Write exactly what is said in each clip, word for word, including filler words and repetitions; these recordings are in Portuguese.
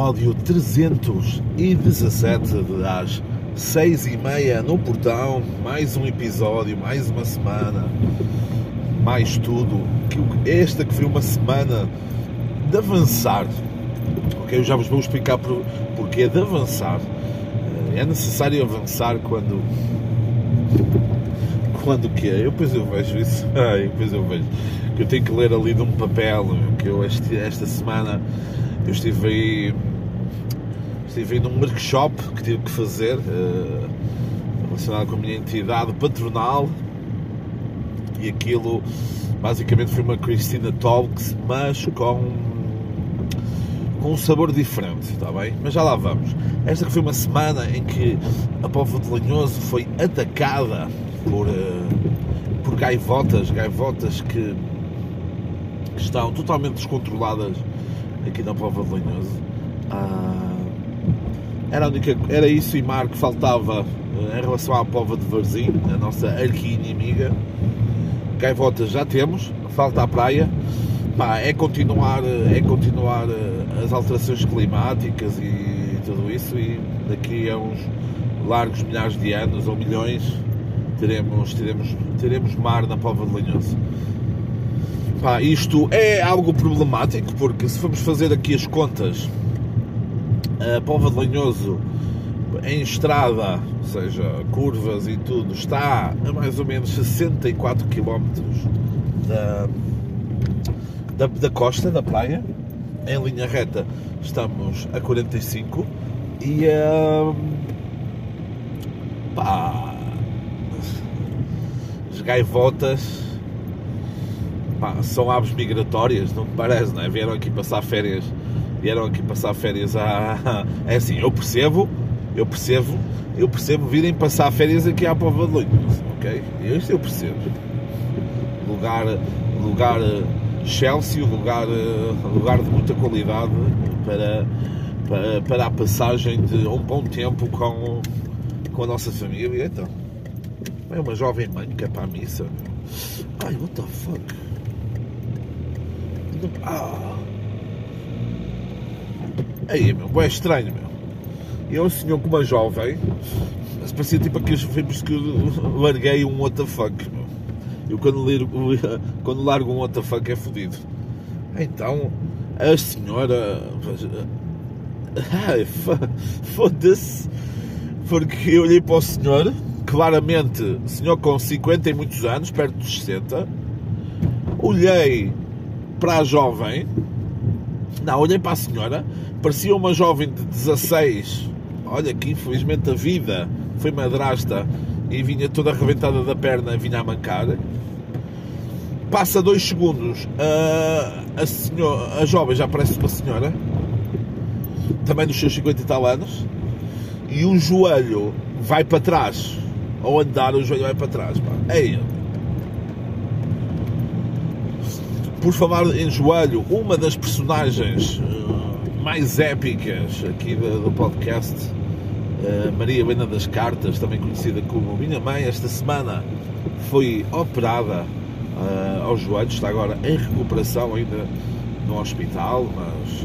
episódio trezentos e dezassete de às seis e meia no Portão. Mais um episódio, mais uma semana, mais tudo. Esta que foi uma semana de avançar. Ok, eu já vos vou explicar por, porque é de avançar. É necessário avançar quando... Quando que é? Eu depois eu vejo isso. Ai, depois eu vejo. Que eu tenho que ler ali de um papel. Que eu este, esta semana eu estive aí, estive aí num workshop que tive que fazer uh, relacionado com a minha entidade patronal, e aquilo basicamente foi uma Christina Talks, mas com com um sabor diferente, está bem? Mas já lá vamos. Esta que foi uma semana em que a Póvoa de Lanhoso foi atacada por, uh, por gaivotas, gaivotas que, que estão totalmente descontroladas aqui na Póvoa de Lanhoso. Ah, era, a única, era isso e mar que faltava uh, em relação à Póvoa de Varzim, a nossa arqui-inimiga. Gaivotas já temos, falta a praia. Pá, é continuar, é continuar as alterações climáticas e tudo isso, e daqui a uns largos milhares de anos ou milhões teremos, teremos, teremos mar na Póvoa de Lanhoso. Pá, isto é algo problemático, porque se formos fazer aqui as contas, a Póvoa de Lanhoso em estrada, ou seja, curvas e tudo, está a mais ou menos sessenta e quatro quilómetros da, da, da costa, da praia. Em linha reta estamos a quarenta e cinco e hum, pá, as gaivotas, pá, são aves migratórias, não me parece, não é? Vieram aqui passar férias, vieram aqui passar férias a... É assim, eu percebo, eu percebo, eu percebo virem passar férias aqui à Póvoa de Lanhoso, ok? Isto eu percebo. Lugar, lugar Chelsea, lugar, lugar de muita qualidade para, para, para a passagem de um bom tempo com, com a nossa família. Então, é uma jovem mãe que é para a missa. Ai, what the fuck? Ah. Aí, meu, é estranho, meu. Eu sonhou com uma jovem, mas parecia tipo aqueles filmes que eu larguei um what the fuck, meu. Eu quando, lir, quando largo um what the fuck é fodido. Então, a senhora... Ai, foda-se. Porque eu olhei para o senhor, claramente, senhor com cinquenta e muitos anos, perto dos sessenta. Olhei para a jovem... Não, olhei para a senhora, parecia uma jovem de dezasseis. Olha que infelizmente a vida foi madrasta e vinha toda arrebentada da perna, vinha a mancar. Passa dois segundos, a, a, senhora, a jovem já parece uma senhora, também dos seus cinquenta e tal anos, e o joelho vai para trás. Ao andar, o joelho vai para trás. Pá. Ei, por falar em joelho, uma das personagens uh, mais épicas aqui do, do podcast, uh, Maria Helena das Cartas, também conhecida como minha mãe, esta semana foi operada uh, ao joelho, está agora em recuperação ainda no hospital, mas uh,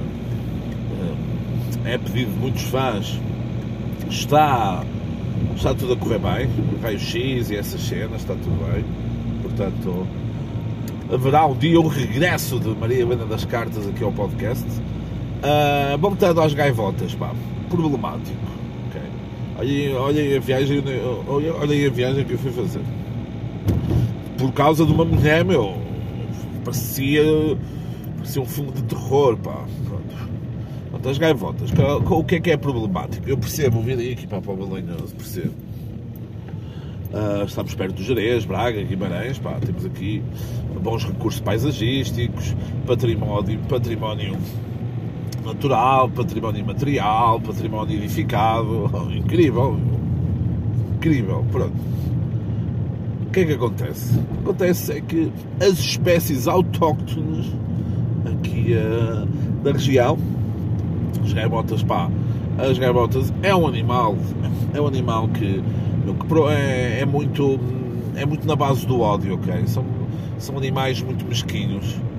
uh, é pedido de muitos fãs. Está, está tudo a correr bem, raio-x e essas cenas, está tudo bem, portanto... Haverá um dia um regresso de Maria Helena das Cartas aqui ao podcast. Uh, voltando às gaivotas, pá, problemático. Okay. Olhem, olhem a viagem, olhem, olhem a viagem que eu fui fazer. Por causa de uma mulher, meu, parecia, parecia um filme de terror, pá. Pronto. Pronto, as gaivotas, o que é que é problemático? Eu percebo, vir aqui para a Póvoa de Lanhoso, percebo. Uh, estamos perto do Jerez, Braga, Guimarães, pá, temos aqui bons recursos paisagísticos, património, património natural, património imaterial, património edificado, oh, incrível, incrível, pronto. O que é que acontece? Acontece é que as espécies autóctones aqui uh, da região, as gaivotas, pá, as gaivotas é um animal, é um animal que É, é, muito, é muito na base do ódio, ok? São, são animais muito mesquinhos,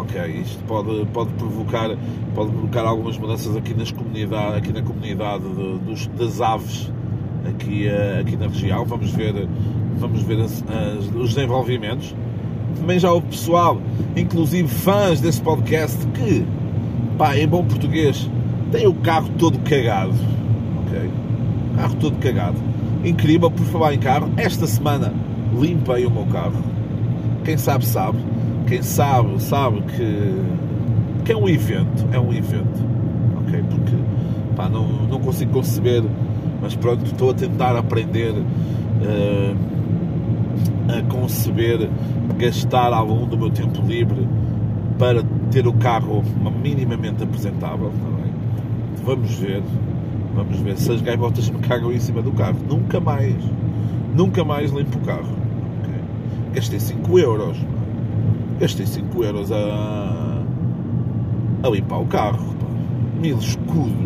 ok? Isto pode, pode, provocar, pode provocar algumas mudanças aqui, nas comunidade, aqui na comunidade de, dos, das aves aqui, aqui na região. Vamos ver, vamos ver as, as, os desenvolvimentos. Também já houve pessoal, inclusive fãs desse podcast, que, pá, em bom português, tem o carro todo cagado, ok? Carro todo cagado. Incrível, por falar em carro, esta semana limpei o meu carro. Quem sabe, sabe. Quem sabe, sabe que, que é um evento, é um evento, ok? Porque, pá, não, não consigo conceber, mas pronto, estou a tentar aprender uh, a conceber, gastar algum do meu tempo livre para ter o carro minimamente apresentável, tá bem? Vamos ver, vamos ver se as gaivotas me cagam em cima do carro. Nunca mais, nunca mais limpo o carro, okay? Gastei cinco euros. Gastei cinco euros a, a limpar o carro, pá. Mil escudos.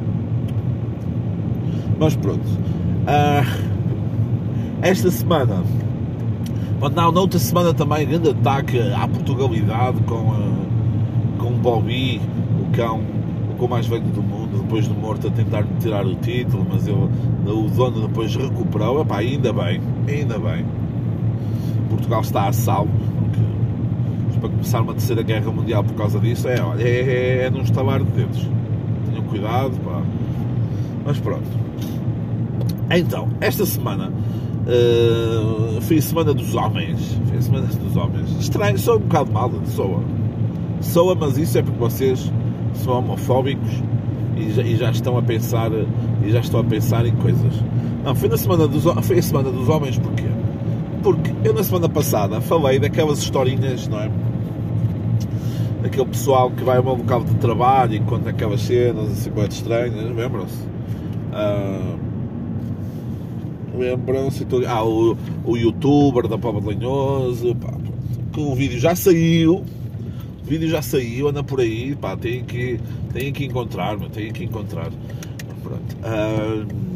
Mas pronto. Uh, esta semana, não, na outra semana também, grande ataque à Portugalidade com, uh, com o Bobby, o cão, o cão mais velho do mundo, depois de morto, a tentar me tirar o título, mas eu, o dono depois recuperou. Epá, ainda bem, ainda bem. Portugal está a salvo. Para começar uma terceira guerra mundial por causa disso, é, olha, é, é, é num estalar de dedos. Tenham cuidado, pá. Mas pronto. Então, esta semana uh, foi a semana dos homens. Foi a semana dos homens. Estranho, soa um bocado mal, soa. Soa, mas isso é porque vocês são homofóbicos e já, e já estão a pensar e já estão a pensar em coisas. Não, foi na semana dos foi a semana dos homens, porquê? Porque eu na semana passada falei daquelas historinhas, não é? Daquele pessoal que vai ao meu local de trabalho e conta aquelas cenas assim muito estranhas, lembram-se? Uh, lembram-se? Ah, o, o youtuber da Póvoa de Lanhoso, pá, que o vídeo já saiu, o vídeo já saiu, anda por aí, pá, tem que, tem que encontrar, tem que encontrar. Pronto. Uh,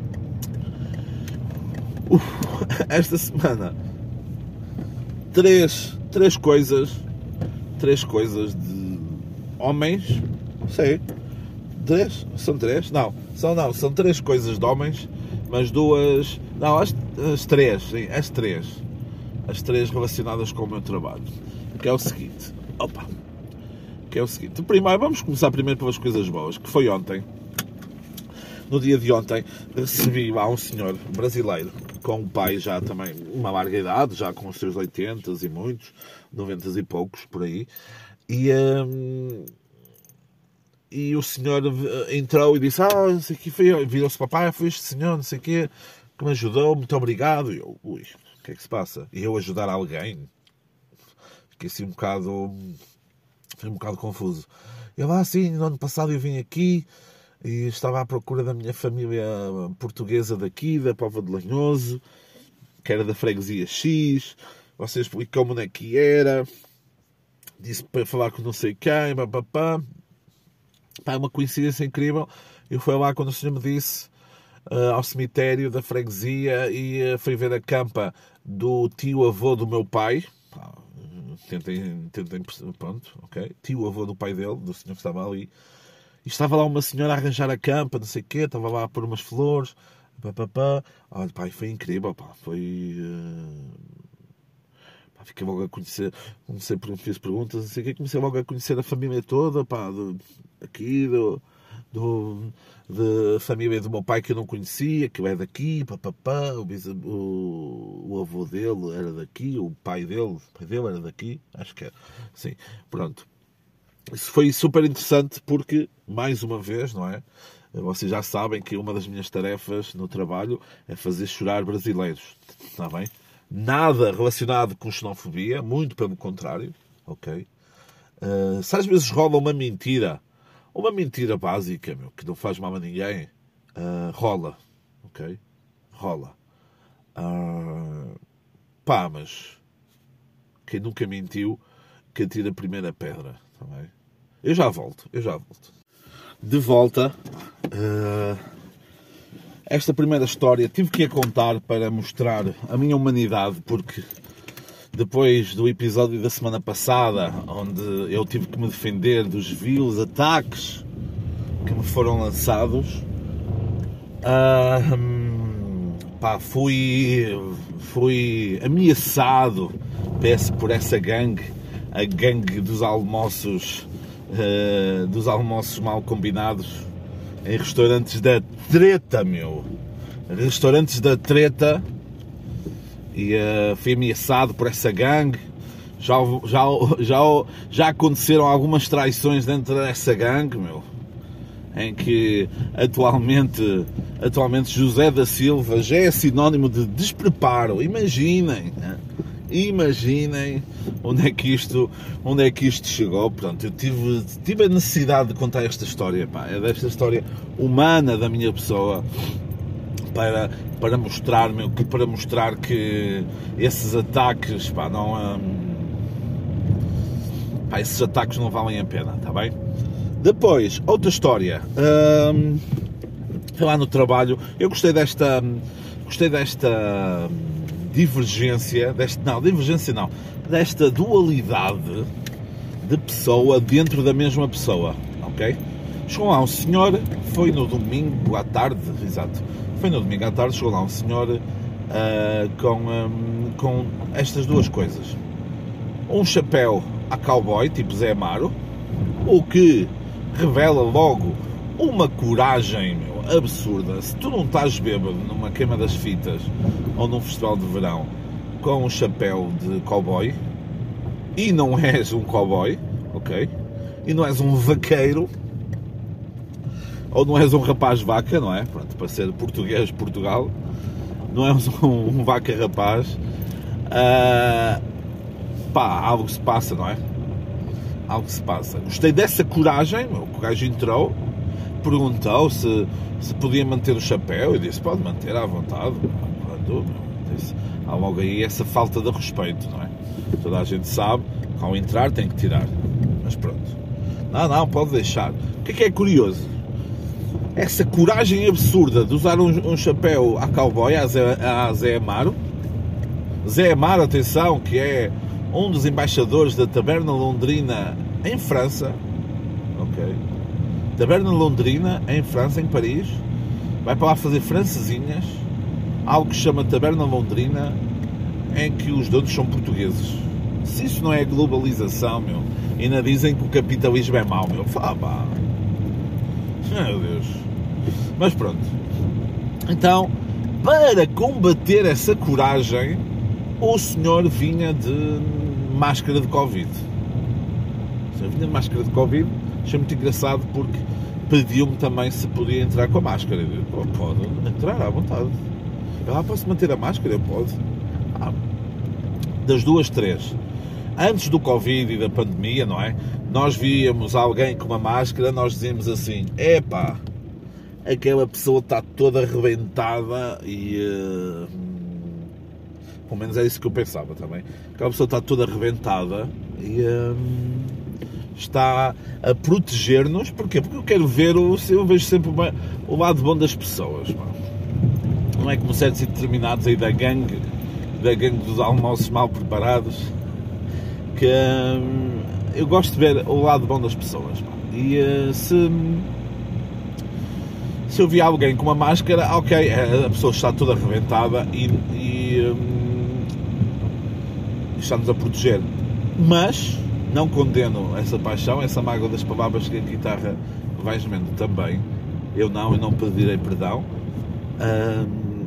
Uf, esta semana três, três coisas três coisas de homens, sei, três, são três, não, são não, são três coisas de homens, mas duas, não, as, as três, sim, as três, as três relacionadas com o meu trabalho, que é o seguinte, opa, que é o seguinte, primeiro, vamos começar primeiro pelas coisas boas, que foi ontem. No dia de ontem recebi lá um senhor brasileiro com um pai já também, uma larga idade, já com os seus oitenta e muitos, noventa e poucos, por aí. E, hum, e o senhor entrou e disse, ah, não sei o que foi, virou-se para o pai, foi este senhor, não sei o que, que me ajudou, muito obrigado. E eu, ui, o que é que se passa? E eu ajudar alguém? Fiquei assim um bocado, foi um bocado confuso. Eu, ah, sim, no ano passado eu vim aqui, e estava à procura da minha família portuguesa daqui, da Póvoa de Lanhoso, que era da freguesia X. Você explicou-me onde é que era, disse para falar com não sei quem, papapá. Pá, é uma coincidência incrível. Eu fui lá quando o senhor me disse, uh, ao cemitério da freguesia, e uh, fui ver a campa do tio-avô do meu pai. Pá, tentem, tentem, pronto, ok. Tio-avô do pai dele, do senhor que estava ali. E estava lá uma senhora a arranjar a campa, não sei o quê, estava lá a pôr umas flores, pá, pá, pá. Olha, pá, foi incrível, pá, foi... Uh... Pá, fiquei logo a conhecer, comecei por fiz perguntas, não sei o quê, comecei logo a conhecer a família toda, pá, do, aqui, do, do, da família do meu pai que eu não conhecia, que é daqui, pá, pá, pá, o, o, o avô dele era daqui, o pai dele, o pai dele era daqui, acho que é, sim, pronto. Isso foi super interessante porque, mais uma vez, não é? Vocês já sabem que uma das minhas tarefas no trabalho é fazer chorar brasileiros, está bem? Nada relacionado com xenofobia, muito pelo contrário, ok? Uh, se às vezes rola uma mentira, uma mentira básica, meu, que não faz mal a ninguém, uh, rola, ok? Rola. Uh, pá, mas quem nunca mentiu, que atira a primeira pedra, está bem? Eu já volto, eu já volto. De volta, uh, esta primeira história tive que a contar para mostrar a minha humanidade, porque depois do episódio da semana passada, onde eu tive que me defender dos vios ataques que me foram lançados, uh, pá, fui, fui ameaçado por essa gangue, a gangue dos almoços, uh, dos almoços mal combinados em restaurantes da treta, meu, restaurantes da treta. E uh, fui ameaçado por essa gangue. Já, já, já, já aconteceram algumas traições dentro dessa gangue, meu, em que atualmente, atualmente José da Silva já é sinónimo de despreparo. Imaginem, imaginem onde é que isto, onde é que isto chegou. Portanto, eu tive, tive a necessidade de contar esta história, pá, é desta história humana da minha pessoa, para, para mostrar, meu, que, para mostrar que esses ataques, pá, não, hum, pá, esses ataques não valem a pena, está bem? Depois, outra história, hum, foi lá no trabalho, eu gostei desta, gostei desta divergência, desta, não, divergência não, desta dualidade de pessoa dentro da mesma pessoa, ok? Chegou lá um senhor, foi no domingo à tarde, exato, foi no domingo à tarde, chegou lá um senhor uh, com, um, com estas duas coisas. Um chapéu a cowboy, tipo Zé Amaro, o que revela logo uma coragem, meu, absurda. Se tu não estás bêbado numa queima das fitas ou num festival de verão com um chapéu de cowboy e não és um cowboy, ok? E não és um vaqueiro, ou não és um rapaz vaca, não é? Pronto, para ser português de Portugal, não és um, um vaca rapaz, uh, pá, algo se passa, não é? Algo se passa. Gostei dessa coragem, o gajo entrou, perguntou se, se podia manter o chapéu, eu disse, pode manter à vontade, quando, disse, há logo aí essa falta de respeito, não é? Toda a gente sabe que ao entrar tem que tirar, mas pronto. Não, não, pode deixar. O que é que é curioso? Essa coragem absurda de usar um, um chapéu a cowboy, a Zé, a Zé Amaro. Zé Amaro, atenção, que é um dos embaixadores da Taberna Londrina em França. Ok. Taberna Londrina em França, em Paris. Vai para lá fazer francesinhas. Algo que se chama Taberna Londrina, em que os donos são portugueses. Se isso não é globalização, meu, ainda dizem que o capitalismo é mau, meu. Fala, pá. Meu Deus. Mas pronto. Então, para combater essa coragem, o senhor vinha de máscara de Covid. O senhor vinha de máscara de Covid. Achei muito engraçado porque pediu-me também se podia entrar com a máscara. Eu disse, oh, pode entrar à vontade. Ah, posso manter a máscara? Eu posso. Ah, das duas, três. Antes do Covid e da pandemia, não é? Nós víamos alguém com uma máscara, nós dizíamos assim, epá, aquela pessoa está toda arrebentada e... Uh, pelo menos é isso que eu pensava também. Aquela pessoa está toda arrebentada e uh, está a proteger-nos. Porquê? Porque eu quero ver, o, eu vejo sempre uma, o lado bom das pessoas. Mano. Não é como certos e determinados aí da gangue, da gangue dos almoços mal preparados, que... Uh, eu gosto de ver o lado bom das pessoas. E uh, se, se eu vi alguém com uma máscara, ok, a pessoa está toda arrebentada e, e um, está-nos a proteger. Mas não condeno essa paixão, essa mágoa das palavras que a guitarra vai gemendo também. Eu não, eu não pedirei perdão. Um,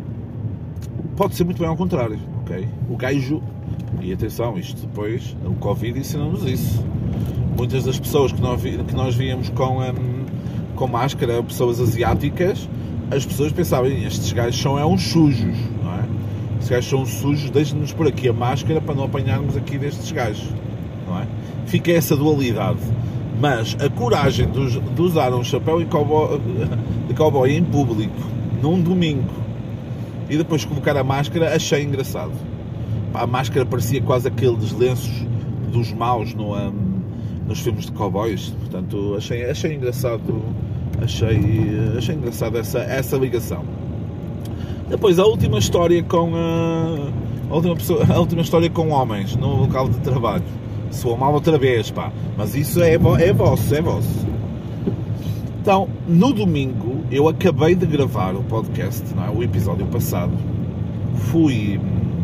pode ser muito bem ao contrário, ok? O gajo... E atenção, isto depois, o Covid ensinou-nos isso. Muitas das pessoas que nós, vi, que nós víamos com, um, com máscara, pessoas asiáticas, as pessoas pensavam, estes gajos são é uns sujos, não é? Estes gajos são sujos, deixem-nos por aqui a máscara para não apanharmos aqui destes gajos, não é? Fica essa dualidade. Mas a coragem de, de usar um chapéu de cowboy, de cowboy em público, num domingo, e depois colocar a máscara, achei engraçado. A máscara parecia quase aqueles lenços dos maus no, um, nos filmes de cowboys. Portanto, achei, achei engraçado, achei, achei engraçado essa, essa ligação. Depois, a última história com a, a a última, pessoa, a última história com homens no local de trabalho. Soa mal outra vez, pá. Mas isso é, é vosso, é vosso. Então, no domingo, eu acabei de gravar o podcast, não é? O episódio passado. Fui...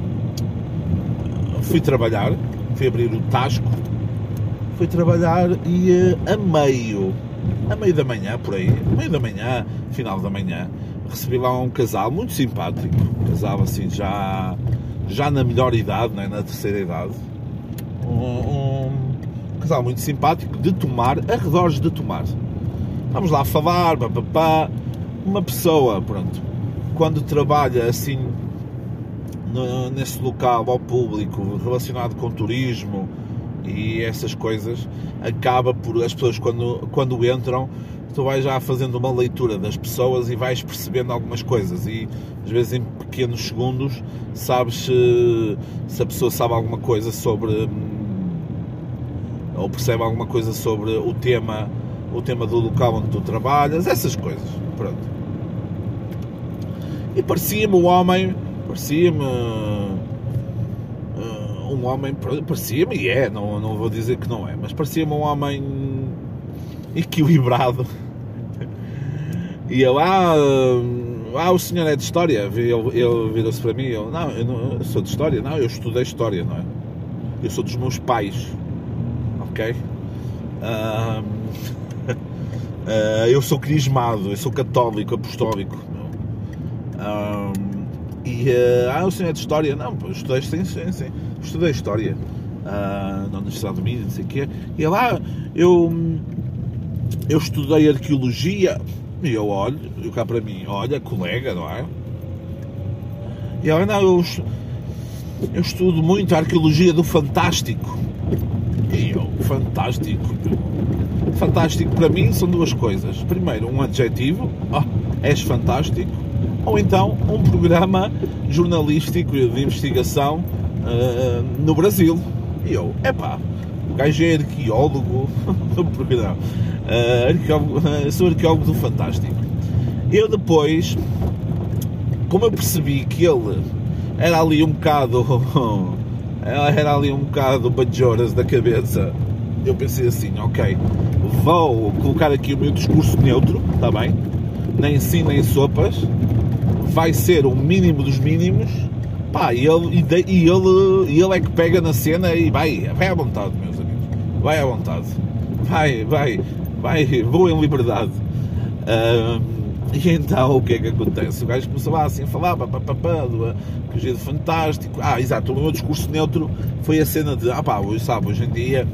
Fui trabalhar, fui abrir o Tasco, fui trabalhar e a meio, a meio da manhã, por aí, a meio da manhã, final da manhã, recebi lá um casal muito simpático, um casal assim já, já na melhor idade, não é? Na terceira idade, um, um casal muito simpático de Tomar, arredores de Tomar. Vamos lá falar, papapá, uma pessoa, pronto, quando trabalha assim nesse local ao público relacionado com turismo e essas coisas, acaba por as pessoas quando, quando entram, tu vais já fazendo uma leitura das pessoas e vais percebendo algumas coisas e às vezes em pequenos segundos sabes se, se a pessoa sabe alguma coisa sobre ou percebe alguma coisa sobre o tema o tema do local onde tu trabalhas, essas coisas, pronto. E parecia-me o homem Parecia-me uh, um homem, parecia-me e é, não, não vou dizer que não é, mas parecia-me um homem equilibrado. E ele, ah, ah, o senhor é de História? Ele, ele virou-se para mim, eu, não, eu não eu sou de História, não, eu estudei História, não é? Eu sou dos meus pais, ok? Uh, uh, eu sou crismado, eu sou católico, apostólico. Uh, E, uh, ah, o senhor é de História? Não, eu estudei, sim, sim, sim. Estudei História uh, na Universidade do Minho, não sei o quê. E ele, ah, eu, eu estudei Arqueologia. E eu olho, eu cá para mim, olha, colega, não é? E ele, não, eu, eu estudo muito a Arqueologia do Fantástico. E eu, Fantástico. Fantástico para mim são duas coisas. Primeiro, um adjetivo, oh, és fantástico. Ou então um programa jornalístico de investigação uh, no Brasil. E eu, epá, o gajo é arqueólogo do programa. Uh, arqueólogo, uh, sou arqueólogo do Fantástico. Eu depois, como eu percebi que ele era ali um bocado era ali um bocado bajoras da cabeça, eu pensei assim, ok, vou colocar aqui o meu discurso neutro, está bem? Nem sim, nem sopas. Vai ser o mínimo dos mínimos, pá, e ele, e ele, e ele é que pega na cena e vai, vai à vontade, meus amigos, vai à vontade, vai, vai, vai, vou em liberdade. Uh, e então o que é que acontece? O gajo começou lá assim a falar, papapá, do Arqueologia do Fantástico, ah, exato, o meu discurso neutro foi a cena de, ah pá, sabe, hoje em dia,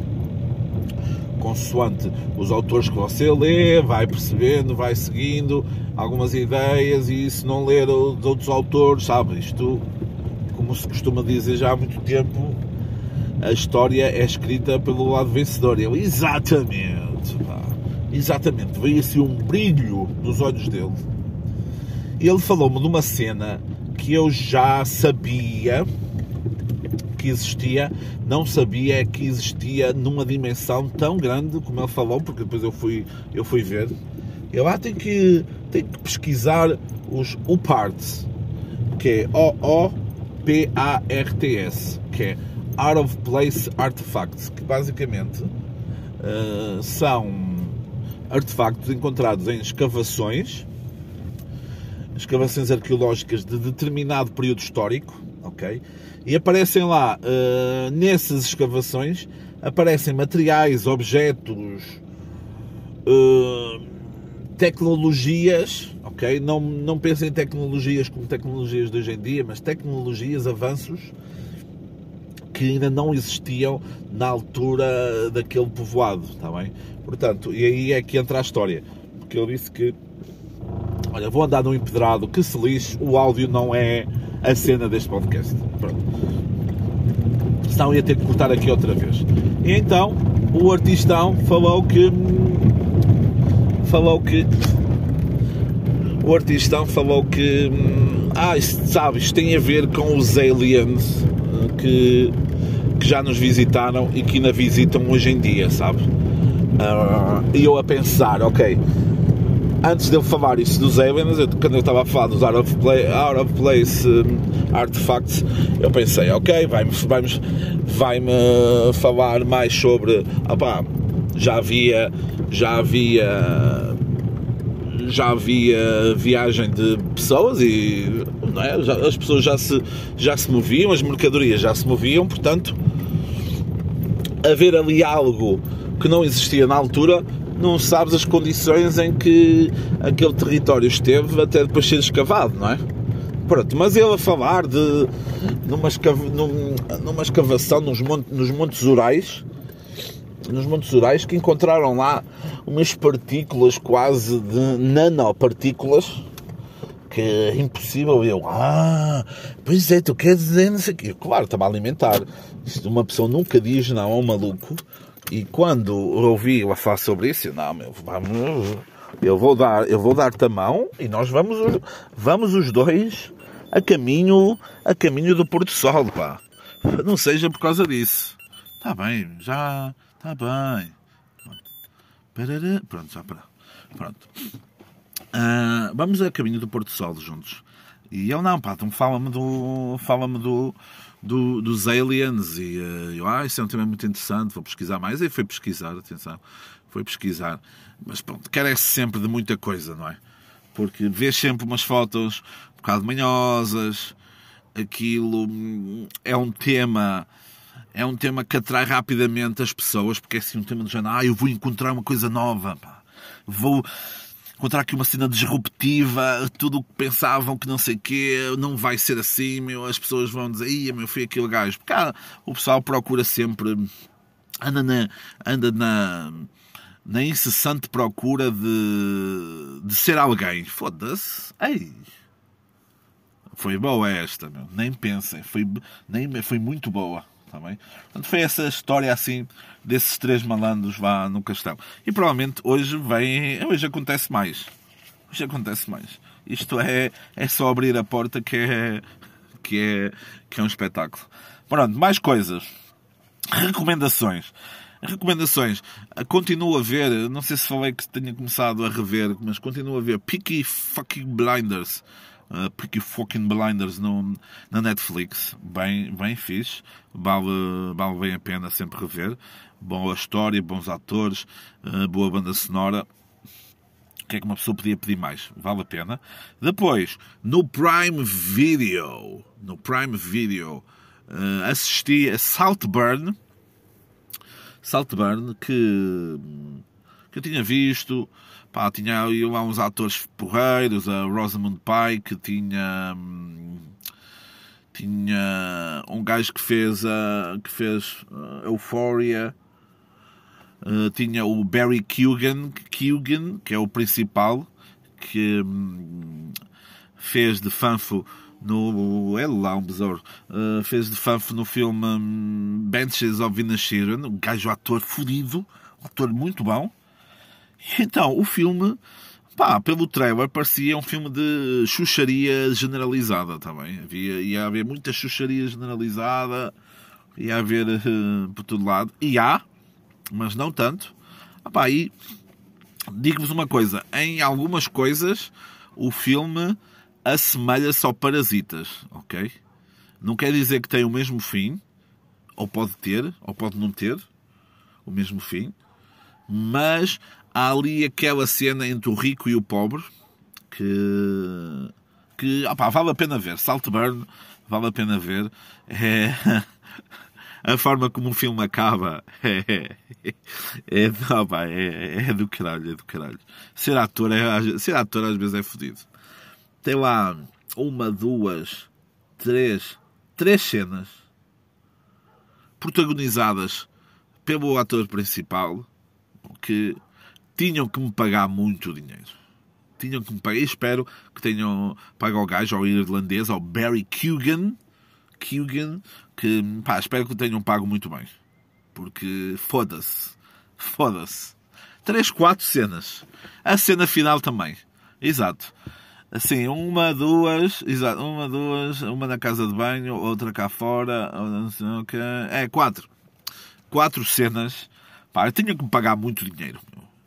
consoante os autores que você lê, vai percebendo, vai seguindo algumas ideias e se não ler os outros autores, sabe, isto, como se costuma dizer já há muito tempo, a história é escrita pelo lado vencedor. E eu, exatamente, pá, exatamente, veio assim um brilho nos olhos dele. E ele falou-me de uma cena que eu já sabia que existia, não sabia que existia numa dimensão tão grande como ele falou, porque depois eu fui, eu fui ver. Ele lá tem que, tem que pesquisar os O P A R T S, que é O O P A R T S, que é Out of Place Artifacts, que basicamente uh, são artefactos encontrados em escavações, escavações arqueológicas de determinado período histórico, ok? E aparecem lá, uh, nessas escavações, aparecem materiais, objetos, uh, tecnologias, ok? Não, não pensem em tecnologias como tecnologias de hoje em dia, mas tecnologias, avanços que ainda não existiam na altura daquele povoado, está bem? Portanto, e aí é que entra a história, porque ele disse que, olha, vou andar num empedrado, que se lixe, o áudio não é a cena deste podcast. Pronto. Senão ia ter que cortar aqui outra vez. E então, o artistão falou que... Falou que... O artistão falou que... Ah, isto, sabe, isto tem a ver com os aliens que, que já nos visitaram e que ainda visitam hoje em dia, sabe? Uh, e eu a pensar, ok... antes de eu falar isso dos aliens, eu, quando eu estava a falar dos out of, play, out of place um, artifacts, eu pensei, ok, vai-me vai vai-me falar mais sobre, opá, já havia já havia já havia viagem de pessoas e não é? já, as pessoas já se, já se moviam, as mercadorias já se moviam, portanto haver ali algo que não existia na altura, não sabes as condições em que aquele território esteve até depois ser escavado, não é? Pronto, mas ele a falar de numa, escav, num, numa escavação nos, monte, nos Montes Urais, nos Montes Urais, que encontraram lá umas partículas quase de nanopartículas, que é impossível. Eu, ah, pois é, tu queres dizer, não sei o quê. Claro, estava a alimentar. Uma pessoa nunca diz não a um maluco. E quando ouvi a falar sobre isso, eu, não, meu, vamos, eu vou dar, eu vou dar-te a mão e nós vamos, vamos os dois a caminho, a caminho do pôr do sol, pá. Não seja por causa disso. Está bem, já, está bem. Pronto, Pronto já para. Pronto. Uh, vamos a caminho do pôr do sol juntos. E ele, não, pá, então fala-me do, fala-me do, do, dos aliens e uh, eu, ah, isso é um tema muito interessante, vou pesquisar mais. E foi pesquisar, atenção, foi pesquisar. Mas pronto, carece sempre de muita coisa, não é? Porque vês sempre umas fotos um bocado manhosas, aquilo é um tema, é um tema que atrai rapidamente as pessoas, porque é assim um tema do género, ah, eu vou encontrar uma coisa nova, pá, vou encontrar aqui uma cena disruptiva, tudo o que pensavam que não sei o quê, não vai ser assim, meu, as pessoas vão dizer, ia, meu, foi aquele gajo. Porque ah, o pessoal procura sempre, anda na, anda na, na incessante procura de, de ser alguém. Foda-se. Ei, foi boa esta, meu. Nem pensem, foi, nem, foi muito boa. Também. Portanto, foi essa história assim desses três malandros lá no castelo. E provavelmente hoje vem, hoje acontece mais. Hoje acontece mais. Isto é, é só abrir a porta que é, que é, que é um espetáculo. Pronto, mais coisas. Recomendações. Recomendações. Continuo a ver, não sei se falei que tenha começado a rever, mas continuo a ver Peaky Fucking Blinders. Uh, Peaky Fucking Blinders no, na Netflix, bem, bem fixe, vale, vale bem a pena sempre rever. Boa história, bons atores, uh, boa banda sonora. O que é que uma pessoa podia pedir mais? Vale a pena. Depois, no Prime Video, no Prime Video, uh, assisti a Saltburn, Saltburn, que, que eu tinha visto. Pá, tinha lá uns atores porreiros, a Rosamund Pike, tinha tinha um gajo que fez a que fez a Euphoria, uh, tinha o Barry Keoghan, Keoghan, que é o principal, que um, fez de fanfo no, é lá um besouro, uh, fez de fanfo no filme um, Banshees of Inisherin, um gajo ator fodido, um ator muito bom. Então, o filme, pá, pelo trailer, parecia um filme de xuxaria generalizada também. Havia, ia haver muita xuxaria generalizada, ia haver uh, por todo lado. E há, mas não tanto. Ah, pá, e digo-vos uma coisa, em algumas coisas o filme assemelha-se ao Parasitas, ok? Não quer dizer que tem o mesmo fim, ou pode ter, ou pode não ter o mesmo fim, mas há ali aquela cena entre o rico e o pobre que, que opa, vale a pena ver. Saltburn, vale a pena ver. É, a forma como o filme acaba é, é, opa, é, é do caralho, é do caralho. Ser ator, é, ser ator às vezes é fodido. Tem lá uma, duas, três, três cenas protagonizadas pelo ator principal que tinham que me pagar muito dinheiro. Tinham que me pagar. E espero que tenham pago ao gajo, ao irlandês, ao Barry Keoghan, Keoghan, que, pá, espero que tenham pago muito bem. Porque, foda-se. Foda-se. Três, quatro cenas. A cena final também. Exato. Assim, uma, duas, exato, uma, duas, uma na casa de banho, outra cá fora, não sei o que. É, quatro. Quatro cenas. Pá, eu tinha que me pagar muito dinheiro.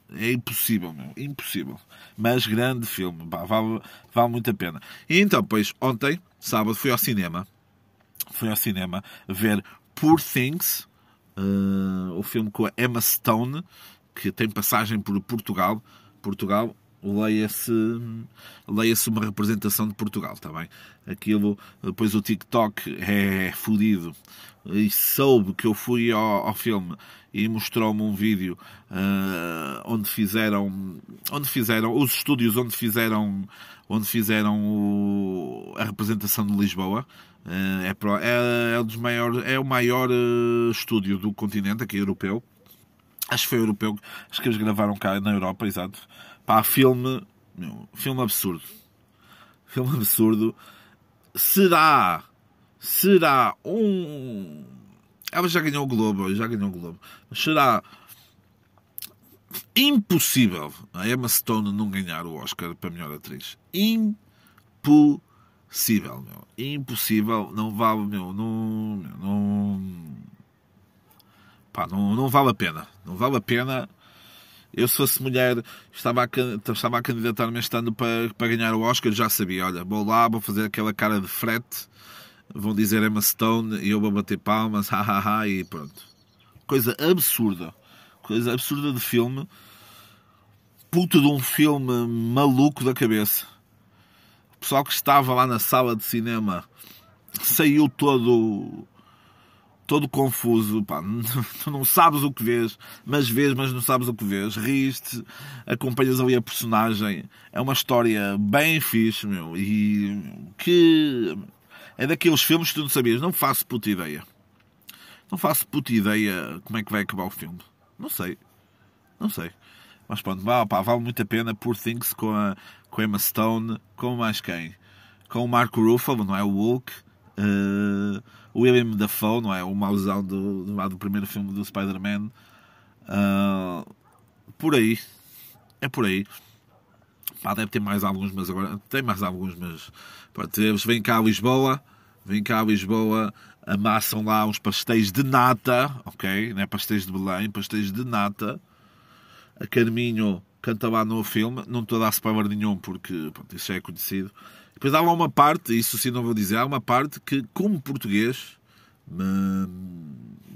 É impossível, meu. Impossível. Mas grande filme. Pá, vale, vale muito a pena. E então, pois, ontem, sábado, fui ao cinema. Fui ao cinema ver Poor Things, uh, o filme com a Emma Stone, que tem passagem por Portugal. Portugal, leia-se leia-se uma representação de Portugal, está bem? Aquilo, depois o TikTok é fodido e soube que eu fui ao, ao filme e mostrou-me um vídeo uh, onde fizeram onde fizeram os estúdios onde fizeram onde fizeram o, a representação de Lisboa. Uh, é, pro, é, é, dos maiores, é o maior uh, estúdio do continente, aqui europeu. Acho que foi europeu, acho que eles gravaram cá na Europa, exato. Pá, filme, meu, filme absurdo. Filme absurdo. Será, será um... Ela já ganhou o Globo, já ganhou o Globo. Mas será impossível a Emma Stone não ganhar o Oscar para melhor atriz. Impossível, meu. Impossível, não vale, meu, não... não... Pá, não, não vale a pena. Não vale a pena. Eu, se fosse mulher, estava a, estava a candidatar-me este ano para, para ganhar o Oscar, já sabia. Olha, vou lá, vou fazer aquela cara de frete, vão dizer Emma Stone e eu vou bater palmas, hahaha, e pronto. Coisa absurda. Coisa absurda de filme. Puto de um filme maluco da cabeça. O pessoal que estava lá na sala de cinema saiu todo... todo confuso, pá, tu não sabes o que vês, mas vês, mas não sabes o que vês, riste, acompanhas ali a personagem, é uma história bem fixe, meu, e que é daqueles filmes que tu não sabias, não faço puta ideia, não faço puta ideia como é que vai acabar o filme, não sei, não sei, mas pronto, vale, pá, vale muito a pena. Poor Things com a, com a Emma Stone, com mais quem? Com o Mark Ruffalo, não é, o Hulk, uh, o William Dafoe, não é? O mauzão do, do, do primeiro filme do Spider-Man. Uh, por aí. É por aí. Pá, deve ter mais alguns, mas agora... Tem mais alguns, mas... Pronto, eles vêm cá a Lisboa. Vêm cá a Lisboa. Amassam lá uns pastéis de nata. Ok? Não é pastéis de Belém. Pastéis de nata. A Carminho canta lá no filme. Não estou a dar spoiler nenhum, porque pronto, isso já é conhecido. Depois há lá uma parte, isso sim não vou dizer, há uma parte que, como português, hum,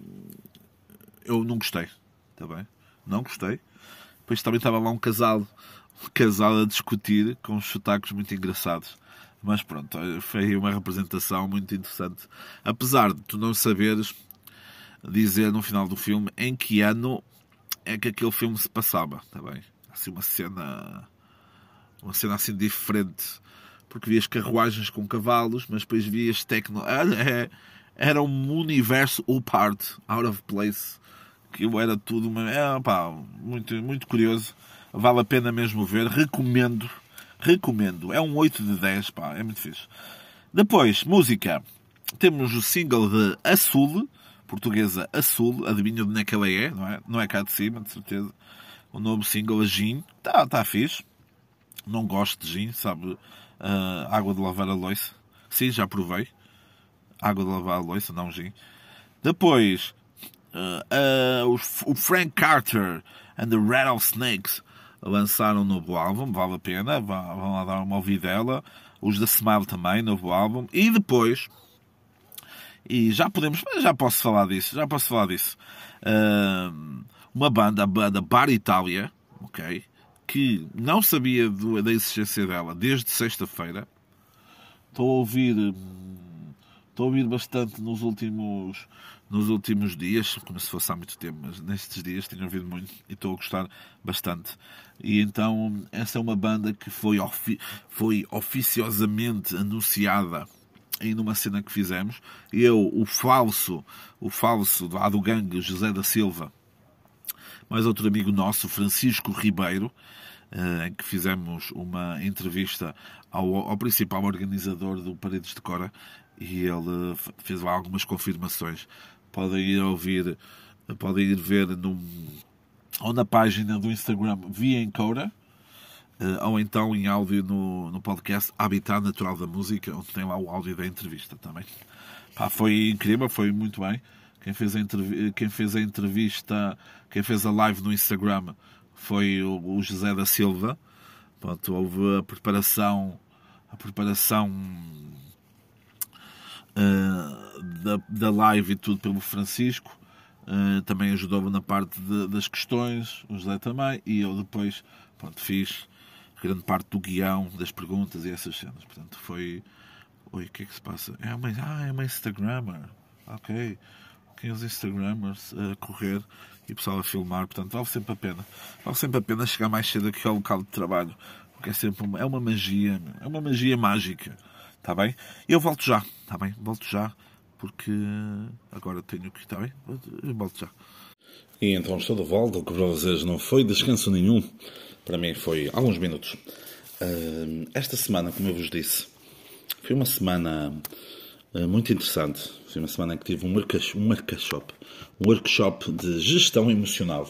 eu não gostei. Está bem? Não gostei. Depois também estava lá um casal, um casal a discutir com uns sotaques muito engraçados. Mas pronto, foi uma representação muito interessante. Apesar de tu não saberes dizer no final do filme em que ano é que aquele filme se passava. Está bem? Assim, uma cena, uma cena assim diferente. Porque vias carruagens com cavalos, mas depois vias tecno... Era um universo ou part, out of place, que era tudo uma... É, pá, muito, muito curioso. Vale a pena mesmo ver. Recomendo. Recomendo. É um oito de dez, pá, é muito fixe. Depois, música. Temos o single de Azul, portuguesa Azul. Adivinha de onde é que ela é, não é? Não é cá de cima, de certeza. O novo single, a Gin. Tá, tá fixe. Não gosto de gin, sabe? Uh, água de lavar a louça. Sim, já provei. Água de lavar a louça, não gin. Depois, uh, uh, o Frank Carter and the Rattlesnakes lançaram um novo álbum, vale a pena. Vão lá dar uma ouvidela. Os da Smile também, novo álbum. E depois, e já podemos, já posso falar disso, já posso falar disso. Uh, uma banda, a banda Bar Itália, ok? Que não sabia do, da existência dela desde sexta-feira. Estou a ouvir, estou a ouvir bastante nos últimos, nos últimos dias, como se fosse há muito tempo, mas nestes dias tenho ouvido muito e estou a gostar bastante. E então essa é uma banda que foi, ofi, foi oficiosamente anunciada aí numa cena que fizemos. Eu, o falso, o falso lá do gangue, José da Silva, mais outro amigo nosso, Francisco Ribeiro, em que fizemos uma entrevista ao, ao principal organizador do Paredes de Cora, e ele fez lá algumas confirmações. Podem ir ouvir, podem ir ver no, ou na página do Instagram Via Encora, ou então em áudio no, no podcast Habitat Natural da Música, onde tem lá o áudio da entrevista também. Pá, foi incrível, foi muito bem. Quem fez, a quem fez a entrevista, quem fez a live no Instagram foi o, o José da Silva. Pronto, houve a preparação, a preparação uh, da, da live e tudo pelo Francisco. Uh, também ajudou-me na parte de, das questões, o José também, e eu depois, pronto, fiz grande parte do guião, das perguntas e essas cenas. Portanto, foi... Oi, o que é que se passa? É uma, ah, é uma Instagrammer. Ok. Quem os Instagrammers a correr e o pessoal a filmar. Portanto, vale sempre a pena. Vale sempre a pena chegar mais cedo aqui ao local de trabalho. Porque é sempre uma, é uma magia. É uma magia mágica. Está bem? Eu volto já. Está bem? Volto já. Porque agora tenho que... Está bem? Eu volto já. E então estou de volta. O que para vocês não foi descanso nenhum. Para mim foi alguns minutos. Uh, esta semana, como eu vos disse, foi uma semana uh, muito interessante. Foi uma semana em que tive um workshop, um workshop, um workshop de gestão emocional.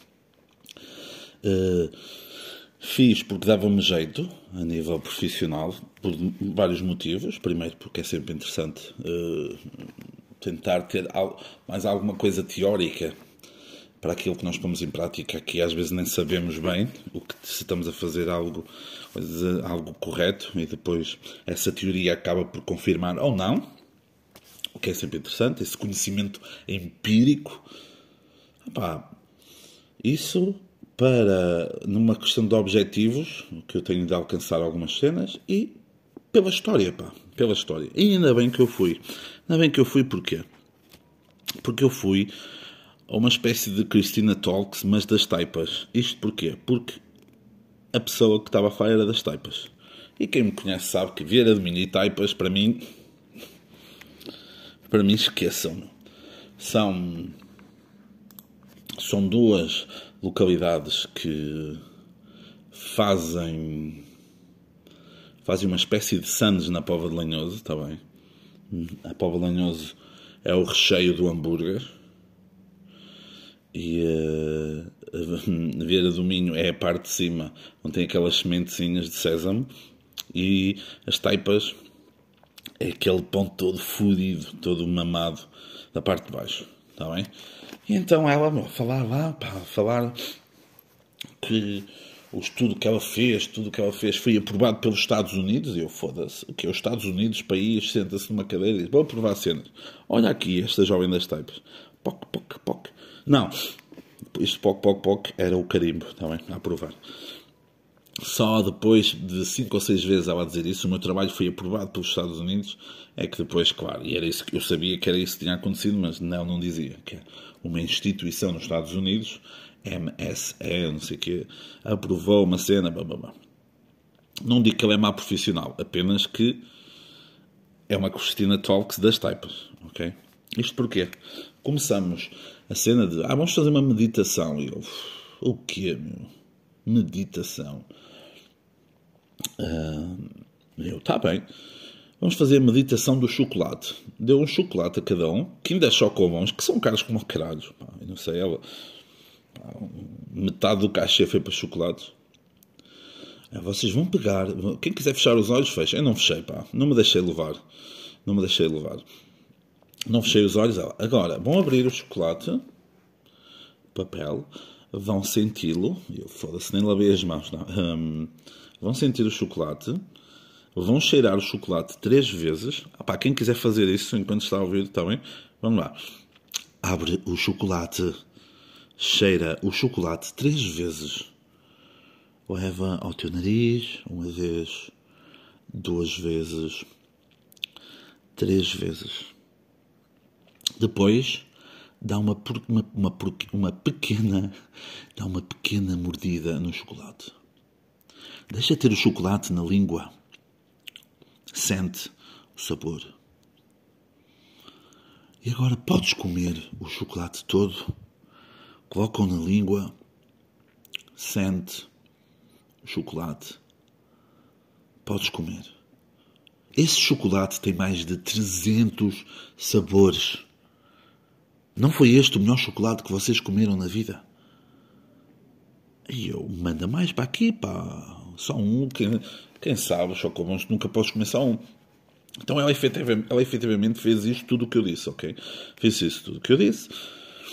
Uh, fiz porque dava-me jeito a nível profissional, por vários motivos. Primeiro, porque é sempre interessante uh, tentar ter algo, mais alguma coisa teórica para aquilo que nós pomos em prática, que às vezes nem sabemos bem o que, se estamos a fazer algo, algo correto, e depois essa teoria acaba por confirmar ou não, o que é sempre interessante, esse conhecimento empírico. Epá, isso para, numa questão de objetivos, que eu tenho de alcançar algumas cenas, e pela história, pá, pela história. E ainda bem que eu fui. Ainda bem que eu fui, porquê? Porque eu fui a uma espécie de Cristina Talks, mas das taipas. Isto porquê? Porque a pessoa que estava a falar era das taipas. E quem me conhece sabe que Vieira de Minho e Taipas, para mim, para mim esqueçam. São, são duas localidades que fazem, fazem uma espécie de sandes na Póvoa de Lanhoso, está bem? A Póvoa de Lanhoso é o recheio do hambúrguer. E uh, a Vieira do Minho é a parte de cima, onde tem aquelas sementezinhas de sésamo, e as Taipas é aquele pão todo fodido, todo mamado da parte de baixo, está bem? E então ela falava lá, pá, falar que o estudo que ela fez, tudo que ela fez foi aprovado pelos Estados Unidos. E eu, foda-se, o que é os Estados Unidos, país, senta-se numa cadeira e diz, vou aprovar cenas. Olha aqui esta jovem das Taipas, poc, poc, poc. Não, isto poc, poc, poc era o carimbo, está bem, a aprovar. Só depois de cinco ou seis vezes ela dizer isso, o meu trabalho foi aprovado pelos Estados Unidos, é que depois, claro, e era isso que eu sabia que era isso que tinha acontecido, mas não, não dizia, que é uma instituição nos Estados Unidos, M S E, não sei o quê, aprovou uma cena, blá, blá, blá. Não digo que ela é má profissional, apenas que é uma Cristina Talks das Taipas, ok? Isto porquê? Começamos a cena de, ah, vamos fazer uma meditação. E eu, o quê, meu? Meditação? Uh, eu, tá bem. Vamos fazer a meditação do chocolate. Deu um chocolate a cada um, que ainda é chocobons, que são caros como o caralho. Pá, eu não sei, ela... Pá, metade do cachê foi para chocolates. Ah, vocês vão pegar... Quem quiser fechar os olhos, fecha. Eu não fechei, pá. Não me deixei levar. Não me deixei levar. Não fechei os olhos. Ela. Agora, vão abrir o chocolate, papel, vão senti-lo. Eu, foda-se, nem lavei as mãos, não. Um, vão sentir o chocolate, vão cheirar o chocolate três vezes. Ah, pá, quem quiser fazer isso enquanto está a ouvir, está bem? Vamos lá. Abre o chocolate, cheira o chocolate três vezes. Leva ao teu nariz, uma vez, duas vezes, três vezes. Depois dá uma, uma, uma, uma pequena dá uma pequena mordida no chocolate. Deixa ter o chocolate na língua. Sente o sabor. E agora podes comer o chocolate todo. Coloca-o na língua. Sente o chocolate. Podes comer. Esse chocolate tem mais de trezentos sabores. Não foi este o melhor chocolate que vocês comeram na vida? E eu, manda mais para aqui, pá. Só um, quem, quem sabe, os chocobons nunca podes comer só um. Então ela efetivamente, ela efetivamente fez isto tudo o que eu disse, ok? Fez isso tudo o que eu disse.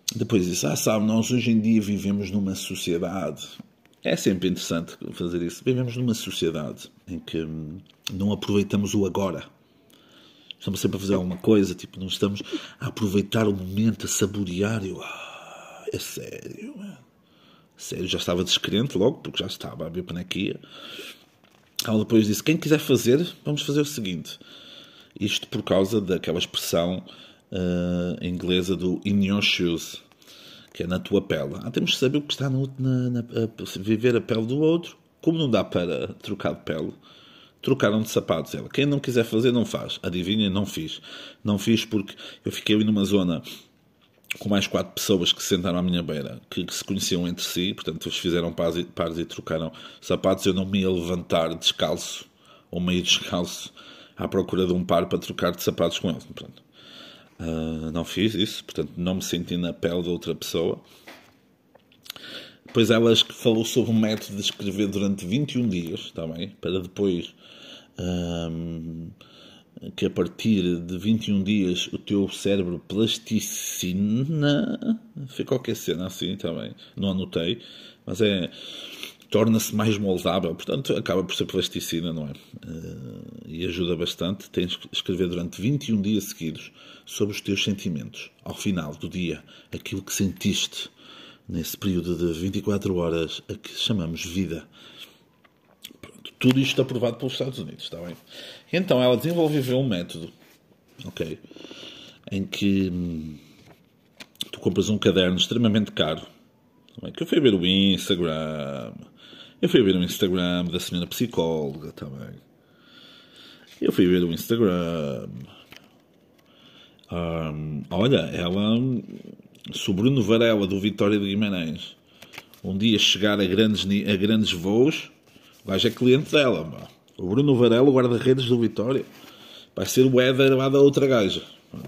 Depois disse, ah, sabe, nós hoje em dia vivemos numa sociedade. É sempre interessante fazer isso. Vivemos numa sociedade em que hum, não aproveitamos o agora. Estamos sempre a fazer alguma coisa, tipo, não estamos a aproveitar o momento, a saborear. Eu, ah, é sério, mano. Sério, já estava descrente logo, porque já estava a ver panaquia. Ela depois disse, quem quiser fazer, vamos fazer o seguinte. Isto por causa daquela expressão uh, inglesa do in your shoes, que é na tua pele. Ah, temos de saber o que está no, na, na, a viver a pele do outro. Como não dá para trocar de pele, trocaram de sapatos. Ela, quem não quiser fazer, não faz. Adivinha, não fiz. Não fiz porque eu fiquei ali numa zona com mais quatro pessoas que se sentaram à minha beira, que, que se conheciam entre si, portanto, eles fizeram pares e, pares e trocaram sapatos. Eu não me ia levantar descalço, ou meio descalço, à procura de um par para trocar de sapatos com eles. Portanto, uh, não fiz isso, portanto, não me senti na pele de outra pessoa. Depois ela falou sobre um método de escrever durante vinte e um dias, está bem? Para depois... Um, que a partir de vinte e um dias o teu cérebro plasticina, foi qualquer cena assim também, não anotei, mas é, torna-se mais moldável, portanto acaba por ser plasticina, não é? Uh, e ajuda bastante. Tens que escrever durante vinte e um dias seguidos sobre os teus sentimentos, ao final do dia, aquilo que sentiste nesse período de vinte e quatro horas a que chamamos vida. Tudo isto aprovado pelos Estados Unidos, está bem? Então ela desenvolveu um método, ok, em que hum, tu compras um caderno extremamente caro, tá bem? Que eu fui ver o Instagram, eu fui ver o Instagram da senhora psicóloga, está bem? Eu fui ver o Instagram. Hum, olha, ela, se o Bruno Varela do Vitória de Guimarães um dia chegar a grandes, a grandes voos, o gajo é cliente dela, pá. O Bruno Varela, o guarda-redes do Vitória, vai ser o Éder lá da outra gaja.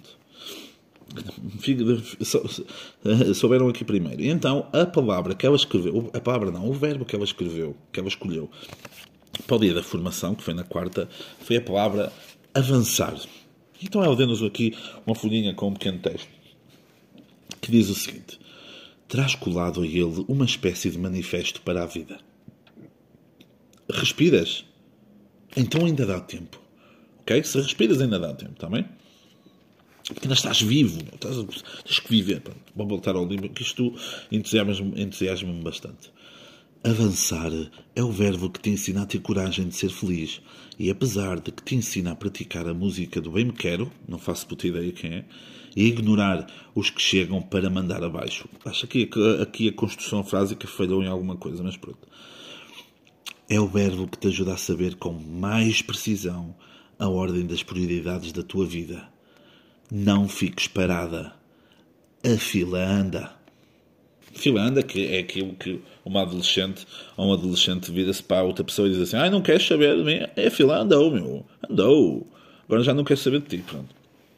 Souberam aqui primeiro. E então, a palavra que ela escreveu, a palavra não, o verbo que ela escreveu, que ela escolheu para o dia da formação, que foi na quarta, foi a palavra avançar. Então ela deu-nos aqui uma folhinha com um pequeno texto que diz o seguinte: traz colado a ele uma espécie de manifesto para a vida. Respiras? Então ainda dá tempo. Ok? Se respiras ainda dá tempo, está bem? Porque ainda estás vivo. Estás, tens que viver. Pronto. Vou voltar ao livro, que isto entusiasma-me, entusiasma-me bastante. Avançar é o verbo que te ensina a ter coragem de ser feliz. E apesar de que te ensina a praticar a música do bem me quero, não faço puta ideia quem é, e ignorar os que chegam para mandar abaixo. Acho que aqui a construção frásica falhou em alguma coisa, mas pronto. É o verbo que te ajuda a saber com mais precisão a ordem das prioridades da tua vida. Não fiques parada. A fila anda. A fila anda, que é aquilo que uma adolescente ou um adolescente vira-se para outra pessoa e diz assim: ai, não queres saber de mim? É, a fila andou, meu. Andou. Agora já não quero saber de ti. Pronto.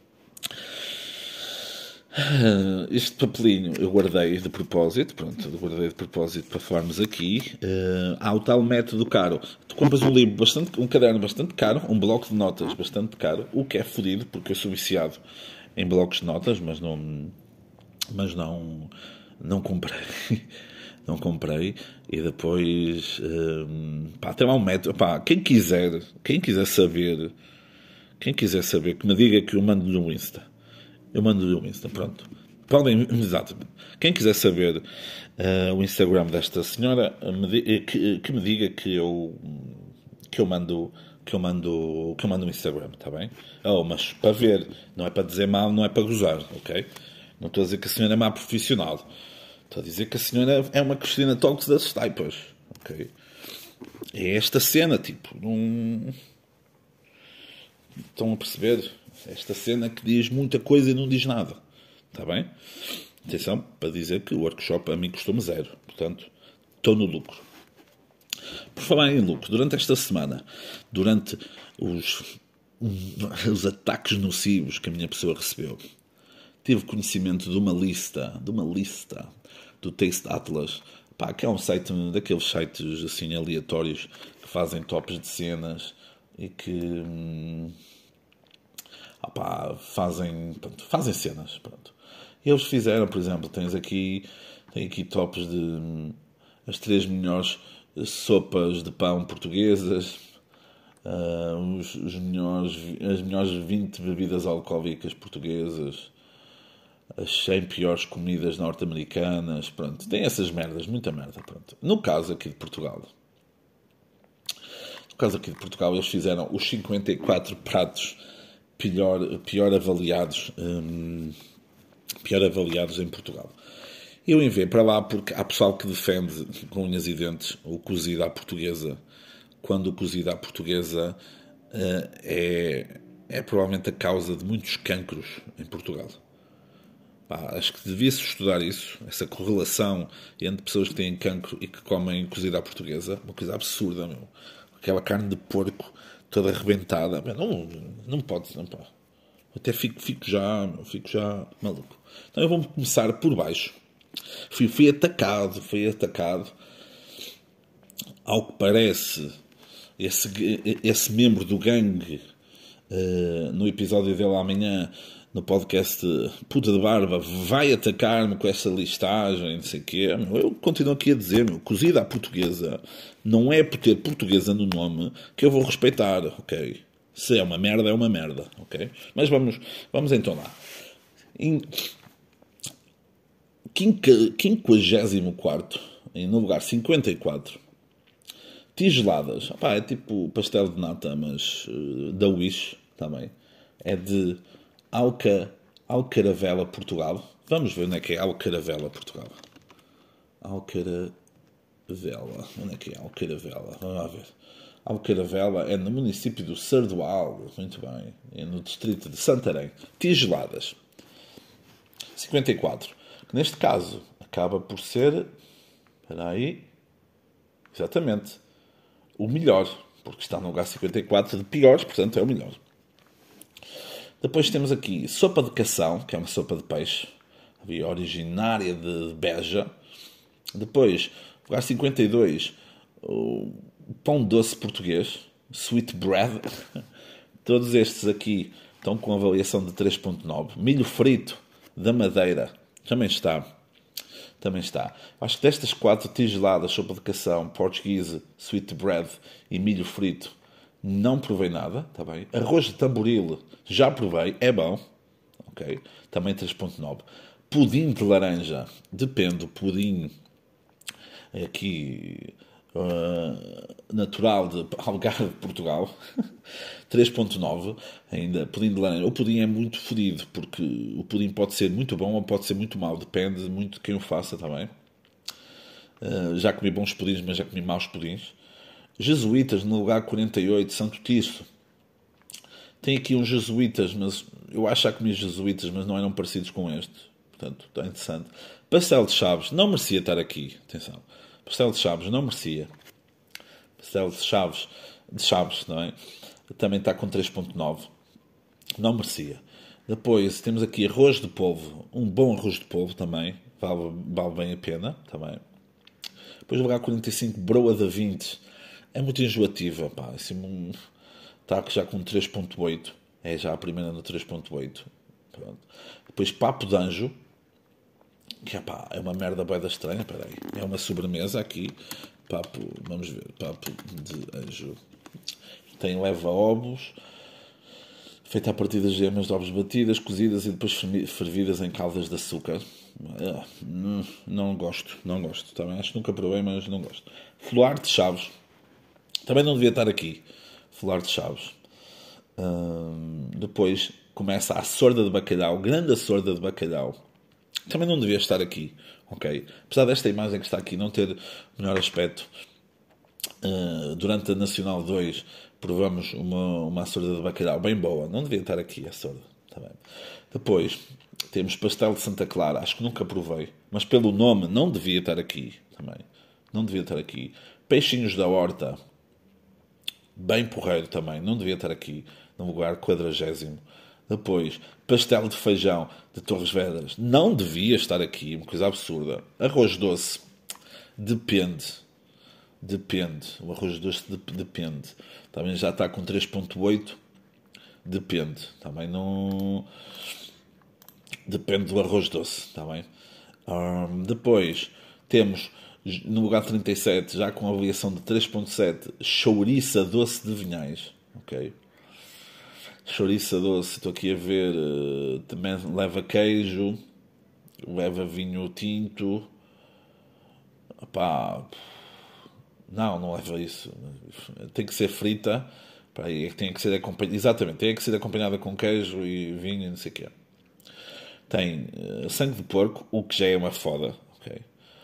Uh, este papelinho eu guardei de propósito, pronto, eu guardei de propósito para falarmos aqui. Uh, há o tal método caro. Tu compras um livro, bastante, um caderno bastante caro, um bloco de notas bastante caro, o que é fodido, porque eu sou viciado em blocos de notas, mas não, mas não, não comprei. Não comprei. E depois, uh, pá, tem lá um método. Pá, quem quiser, quem quiser saber, quem quiser saber, que me diga que eu mando no Insta. Eu mando-lhe o Insta, pronto. Podem, exatamente. Quem quiser saber uh, o Instagram desta senhora, me, que, que me diga que eu que eu mando que eu mando que eu mando o Instagram, está bem? Oh, mas para ver, não é para dizer mal, não é para gozar, ok? Não estou a dizer que a senhora é má profissional. Estou a dizer que a senhora é uma Cristina Talks das taipas, ok? É esta cena, tipo, não estão a perceber? Esta cena que diz muita coisa e não diz nada. Está bem? Atenção, para dizer que o workshop a mim custou-me zero. Portanto, estou no lucro. Por falar em lucro, durante esta semana, durante os, os ataques nocivos que a minha pessoa recebeu, tive conhecimento de uma lista, de uma lista do Taste Atlas, pá, que é um site, daqueles sites assim aleatórios que fazem tops de cenas e que... Hum, opá, fazem, pronto, fazem cenas. Pronto. E eles fizeram, por exemplo, tens aqui, tem aqui tops de hum, as três melhores sopas de pão portuguesas, uh, os, os melhores, as melhores vinte bebidas alcoólicas portuguesas, as cem piores comidas norte-americanas, pronto, tem essas merdas, muita merda, pronto. No caso aqui de Portugal, no caso aqui de Portugal, eles fizeram os cinquenta e quatro pratos pior, pior avaliados, hum, pior avaliados em Portugal. Eu enviei para lá porque há pessoal que defende com unhas e dentes o cozido à portuguesa, quando o cozido à portuguesa uh, é, é provavelmente a causa de muitos cancros em Portugal. Pá, acho que devia-se estudar isso, essa correlação entre pessoas que têm cancro e que comem cozido à portuguesa, uma coisa absurda, meu. Aquela carne de porco toda arrebentada, meu, não, não pode, não pode. Até fico, fico já, meu, fico já maluco. Então eu vou começar por baixo. Fui, fui atacado, fui atacado. Ao que parece, esse, esse membro do gangue, uh, no episódio dele amanhã, no podcast Puta de Barba, vai atacar-me com essa listagem, não sei o quê. Eu continuo aqui a dizer, meu, cozida à portuguesa, não é por ter portuguesa no nome que eu vou respeitar, ok? Se é uma merda, é uma merda, ok? Mas vamos, vamos então lá. Em quinquagésimo quarto, no lugar cinquenta e quatro, tigeladas. Opá, é tipo pastel de nata, mas uh, da Wish também. É de Alca, Alcaravela, Portugal. Vamos ver onde é que é Alcaravela, Portugal. Alcaravela. Onde é que é Alcaravela? Vamos lá ver. Alcaravela é no município do Sardual. Muito bem. É no distrito de Santarém. Tigeladas. cinquenta e quatro. Que neste caso acaba por ser... Espera aí. Exatamente. O melhor. Porque está no lugar cinquenta e quatro de piores, portanto é o melhor. Depois temos aqui sopa de cação, que é uma sopa de peixe, originária de Beja. Depois, lugar cinquenta e dois, o pão doce português, sweet bread. Todos estes aqui estão com avaliação de três ponto nove. Milho frito da Madeira, também está. Também está. Acho que destas quatro tigeladas, sopa de cação, portuguesa, sweet bread e milho frito, não provei nada, está bem? Arroz de tamboril, já provei, é bom, ok? Também três ponto nove. Pudim de laranja, depende, o pudim aqui uh, natural de Algarve, Portugal, três ponto nove, ainda pudim de laranja. O pudim é muito fodido, porque o pudim pode ser muito bom ou pode ser muito mau, depende muito de quem o faça, está bem? Uh, já comi bons pudins, mas já comi maus pudins. Jesuítas, no lugar quarenta e oito, Santo Tirso. Tem aqui uns jesuítas, mas eu acho que já comi jesuítas, mas não eram parecidos com este. Portanto, está interessante. Pastel de Chaves, não merecia estar aqui. Atenção. Pastel de Chaves, não merecia. Pastel de Chaves, de Chaves, não é? Também está com três ponto nove. Não merecia. Depois, temos aqui arroz de polvo. Um bom arroz de polvo também. Vale, vale bem a pena, também. Depois, no lugar quarenta e cinco, broa da vinte. É muito enjoativa, pá. Assim, está já com três ponto oito. É já a primeira no três ponto oito. Pronto. Depois papo de anjo. Que pá, é uma merda bué da estranha. Espera aí. É uma sobremesa aqui. Papo, vamos ver. Papo de anjo. Tem leva ovos. Feita a partir das gemas de ovos batidas, cozidas e depois fervidas em caldas de açúcar. Não, não gosto. Não gosto. Também acho que nunca provei, mas não gosto. Flor de Chaves. Também não devia estar aqui. Flor de Chaves. Hum, depois começa a sorda de bacalhau. Grande sorda de bacalhau. Também não devia estar aqui. Ok? Apesar desta imagem que está aqui não ter melhor aspecto, uh, durante a Nacional dois provamos uma, uma sorda de bacalhau bem boa. Não devia estar aqui a sorda. Tá bem. Depois temos pastel de Santa Clara. Acho que nunca provei. Mas pelo nome não devia estar aqui. Também. Não devia estar aqui. Peixinhos da Horta. Bem porreiro também, não devia estar aqui no lugar quadragésimo. Depois, pastel de feijão de Torres Vedras, não devia estar aqui, uma coisa absurda. Arroz doce, depende, depende, o arroz doce de, depende. Também já está com três ponto oito. Depende, também não... Depende do arroz doce, está bem? Um, depois temos, no lugar trinta e sete, já com avaliação de três ponto sete, chouriça doce de Vinhais. Ok? Chouriça doce, estou aqui a ver, uh, também leva queijo, leva vinho tinto. Opá, não, não leva isso. Tem que ser frita. Pá, tem que ser acompanhada, exatamente, tem que ser acompanhada com queijo e vinho, não sei o quê. Tem uh, sangue de porco, o que já é uma foda, ok?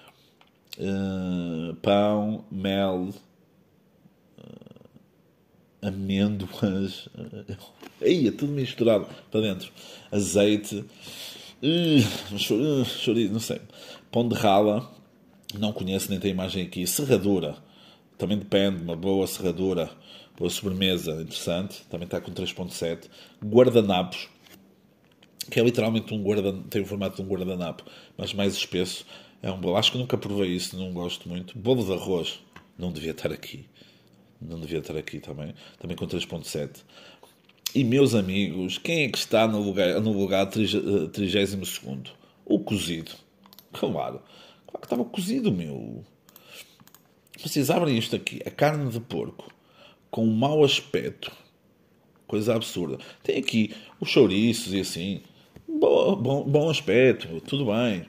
Uh, pão, mel, uh, amêndoas, uh, aí é tudo misturado para dentro, azeite, uh, chouriço, não sei, pão de rala, não conheço, nem tem imagem aqui, serradura, também depende, uma boa serradura, boa sobremesa, interessante, também está com três ponto sete, guardanapos, que é literalmente um guardanapo, tem o formato de um guardanapo, mas mais espesso. É um bolo. Acho que nunca provei isso, não gosto muito. Bolo de arroz, não devia estar aqui. Não devia estar aqui também. Também com três ponto sete. E meus amigos, quem é que está no lugar, no lugar trigésimo segundo? O cozido. Claro. Claro que estava cozido, meu. Vocês abrem isto aqui, a carne de porco, com um mau aspecto. Coisa absurda. Tem aqui os chouriços e assim. Bom, bom, bom aspecto, tudo bem.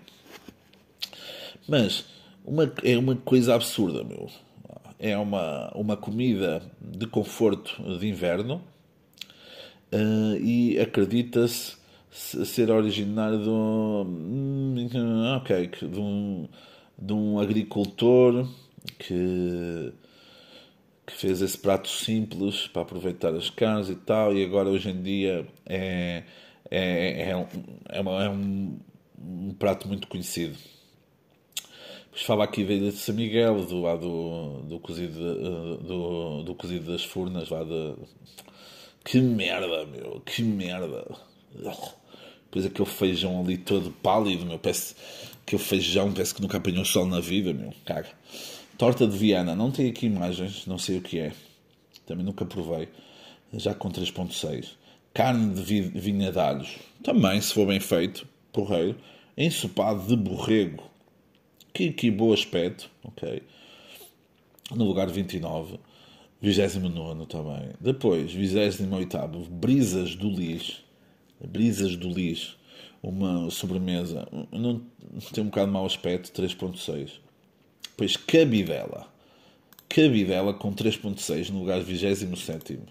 Mas uma, é uma coisa absurda, meu. É uma, uma comida de conforto de inverno uh, e acredita-se ser originário de um, okay, de um, de um agricultor que, que fez esse prato simples para aproveitar as carnes e tal, e agora hoje em dia é É, é, um, é, uma, é um, um prato muito conhecido. Depois fala aqui da ilha de São Miguel, do, lá do, do, cozido, do, do cozido das Furnas, lá de... Que merda, meu, que merda. Depois aquele feijão ali todo pálido, meu, parece que o feijão parece que nunca apanhou sol na vida, meu, caga. Torta de Viana, não tem aqui imagens, não sei o que é. Também nunca provei, já com três ponto seis. Carne de vinha de alhos, também, se for bem feito, porreiro. Ensopado de borrego, que, que bom aspecto, ok. No lugar vinte e nove, vigésimo nono também. Depois, vigésimo oitavo, brisas do Lis, brisas do Lis, uma sobremesa, não, tem um bocado de mau aspecto, três ponto seis. Depois, cabidela, cabidela com três ponto seis, no lugar vigésimo sétimo.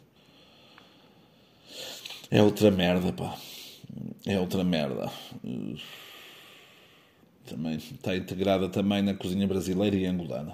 É outra merda, pá. É outra merda. Também está integrada também na cozinha brasileira e angolana.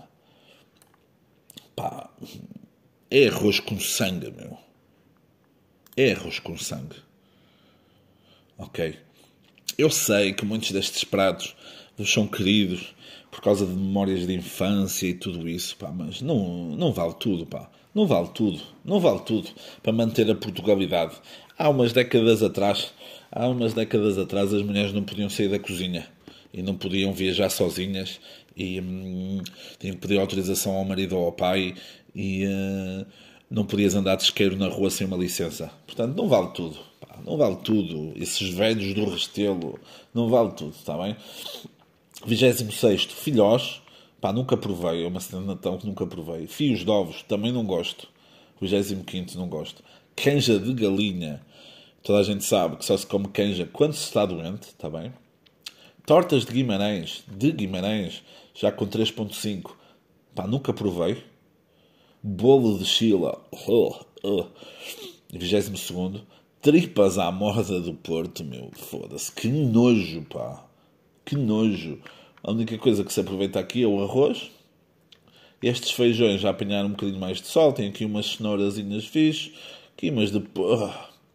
Pá. É arroz com sangue, meu. É arroz com sangue. Ok? Eu sei que muitos destes pratos vos são queridos por causa de memórias de infância e tudo isso, pá, mas não, não vale tudo, pá. Não vale tudo. Não vale tudo para manter a Portugalidade. Há umas décadas atrás, há umas décadas atrás as mulheres não podiam sair da cozinha e não podiam viajar sozinhas e hum, tinham que pedir autorização ao marido ou ao pai e uh, não podias andar de isqueiro na rua sem uma licença. Portanto, não vale tudo. Pá, não vale tudo. Esses velhos do Restelo, não vale tudo, está bem? vigésimo sexto, filhós. Pá, nunca provei. É uma cena de Natal que nunca provei. Fios de ovos, também não gosto. vigésimo quinto, não gosto. Canja de galinha. Toda a gente sabe que só se come canja quando se está doente, está bem? Tortas de Guimarães, de Guimarães, já com três ponto cinco. Pá, nunca provei. Bolo de Chila. Oh, oh. vigésimo segundo. Tripas à moda do Porto, meu. Foda-se. Que nojo, pá. Que nojo. A única coisa que se aproveita aqui é o arroz. Estes feijões já apanharam um bocadinho mais de sol. Tem aqui umas cenourazinhas fixes. Aqui umas de... Uh.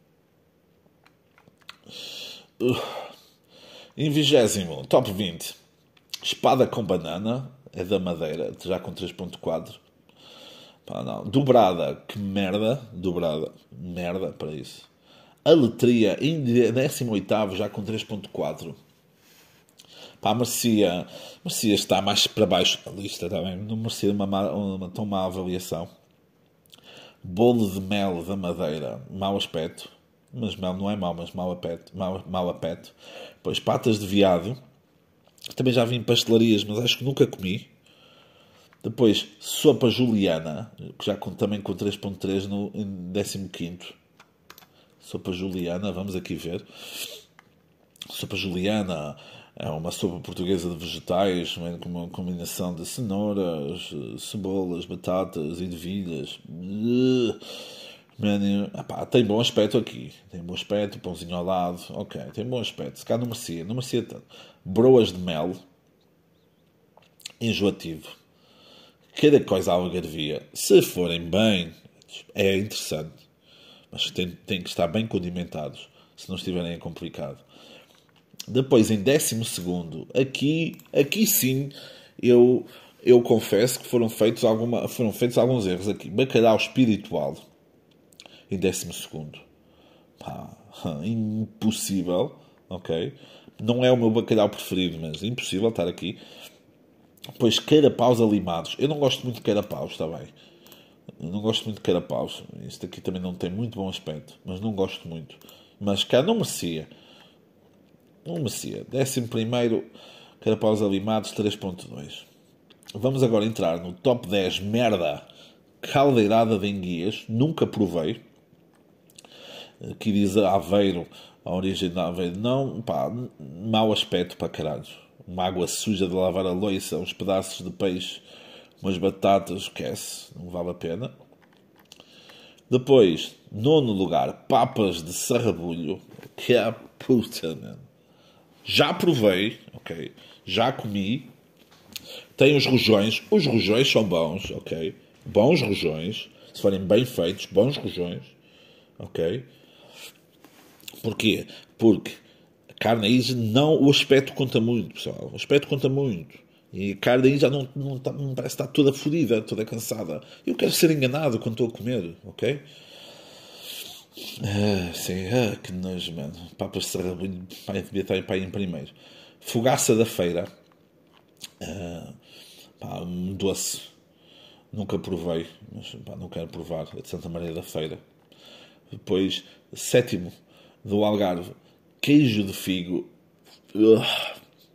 Uh. Em vigésimo, top vinte. Espada com banana. É da Madeira. Já com três ponto quatro. Pá, não. Dobrada. Que merda. Dobrada. Merda para isso. Aletria. Em décimo oitavo, já com três ponto quatro. Pá, merecia, merecia estar mais para baixo da lista, tá bem? Não merecia uma, má, uma tão má avaliação. Bolo de mel da Madeira, mau aspecto. mas mel não é mau, mas mau apeto, mau, mau apeto. Depois patas de veado, também já vi em pastelarias, mas acho que nunca comi. Depois sopa juliana, que já com, também com três ponto três no em décimo quinto. Sopa juliana, vamos aqui ver. Sopa juliana é uma sopa portuguesa de vegetais, com uma combinação de cenouras, cebolas, batatas, ervilhas. Menu, epá, tem bom aspecto aqui. Tem bom aspecto, pãozinho ao lado. Ok, tem bom aspecto. Se cá não merecia, não merecia tanto. Broas de mel. Enjoativo. Cada coisa algarvia. Se forem bem, é interessante. Mas tem, tem que estar bem condimentados. Se não estiverem é complicado. Depois, em décimo segundo, aqui, aqui sim, eu, eu confesso que foram feitos, alguma, foram feitos alguns erros aqui. Bacalhau espiritual. Em décimo segundo. Pá, impossível. Ok? Não é o meu bacalhau preferido, mas impossível estar aqui. Depois, carapaus alimados. Eu não gosto muito de carapaus, está bem? Eu não gosto muito de carapaus. Isto aqui também não tem muito bom aspecto. Mas não gosto muito. Mas cá não merecia. Não merecia. Décimo primeiro, carapaus alimados, três ponto dois. Vamos agora entrar no top dez merda caldeirada de enguias. Nunca provei. Aqui diz Aveiro, a origem da Aveiro. Não, pá, mau aspecto para caralho. Uma água suja de lavar a louça, uns pedaços de peixe, umas batatas, esquece, não vale a pena. Depois, nono lugar, papas de sarrabulho. Que é a puta, mano. Já provei, ok? Já comi. Tem os rojões. Os rojões são bons, ok? Bons rojões. Se forem bem feitos, bons rojões. Ok? Porquê? Porque a carne aí não... O aspecto conta muito, pessoal. O aspecto conta muito. E a carne aí já não, não, tá, não parece estar toda fodida, toda cansada. Eu quero ser enganado quando estou a comer, ok? Ah, sim, ah, que nojo, mano. Papas de sarrabulho, pai, devia estar pai em primeiro. Fogaça da feira. Ah, pá, um doce. Nunca provei, mas pá, não quero provar. É de Santa Maria da Feira. Depois, sétimo, do Algarve. Queijo de figo. Uh.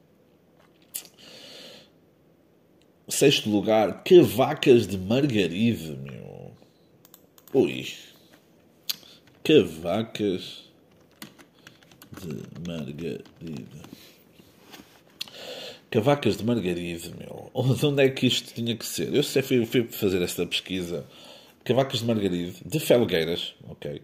Sexto lugar, cavacas de margaride, meu. Ui. Cavacas de margaride. Cavacas de margaride, meu. Onde é que isto tinha que ser? Eu sei, fui, fui fazer esta pesquisa. Cavacas de margaride, de Felgueiras, ok.